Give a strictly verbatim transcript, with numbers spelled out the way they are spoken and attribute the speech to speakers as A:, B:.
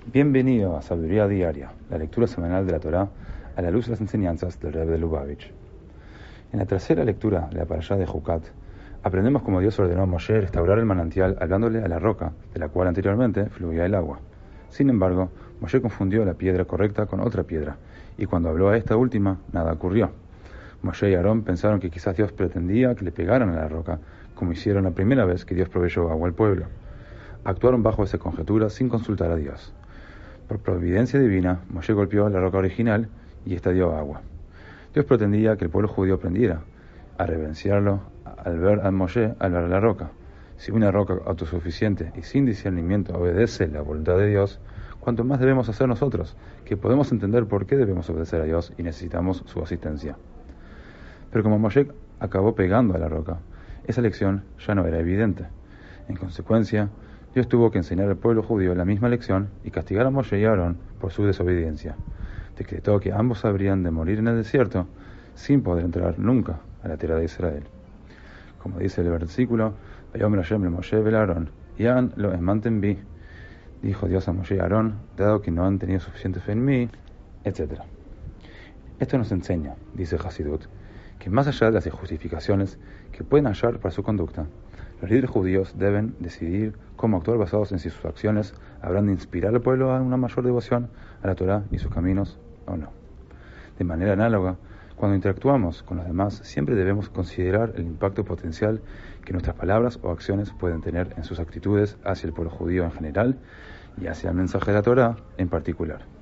A: Bienvenido a Sabiduría Diaria, la lectura semanal de la Torá a la luz de las enseñanzas del Rebbe de Lubavitch. En la tercera lectura de la Parashá de Jucat, aprendemos cómo Dios ordenó a Moshe restaurar el manantial hablándole a la roca, de la cual anteriormente fluía el agua. Sin embargo, Moshe confundió la piedra correcta con otra piedra, y cuando habló a esta última, nada ocurrió. Moshe y Aarón pensaron que quizás Dios pretendía que le pegaran a la roca, como hicieron la primera vez que Dios proveyó agua al pueblo. Actuaron bajo esa conjetura sin consultar a Dios. Por providencia divina, Moshe golpeó la roca original y ésta dio agua. Dios pretendía que el pueblo judío aprendiera a reverenciarlo al ver a Moshe al ver la roca. Si una roca autosuficiente y sin discernimiento obedece la voluntad de Dios, cuanto más debemos hacer nosotros, que podemos entender por qué debemos obedecer a Dios y necesitamos su asistencia. Pero como Moshe acabó pegando a la roca, esa lección ya no era evidente. En consecuencia, Dios tuvo que enseñar al pueblo judío la misma lección y castigar a Moshe y a Aarón por su desobediencia. Decretó que ambos habrían de morir en el desierto sin poder entrar nunca a la tierra de Israel. Como dice el versículo, Vayomer Hashem le Moshe vel Aarón, Yan lo esmanten bi, dijo Dios a Moshe y a Aarón, dado que no han tenido suficiente fe en mí, etcétera. Esto nos enseña, dice Hasidut, que más allá de las justificaciones que pueden hallar para su conducta, los líderes judíos deben decidir cómo actuar basados en si sus acciones habrán de inspirar al pueblo a una mayor devoción a la Torá y sus caminos o no. De manera análoga, cuando interactuamos con los demás, siempre debemos considerar el impacto potencial que nuestras palabras o acciones pueden tener en sus actitudes hacia el pueblo judío en general y hacia el mensaje de la Torá en particular.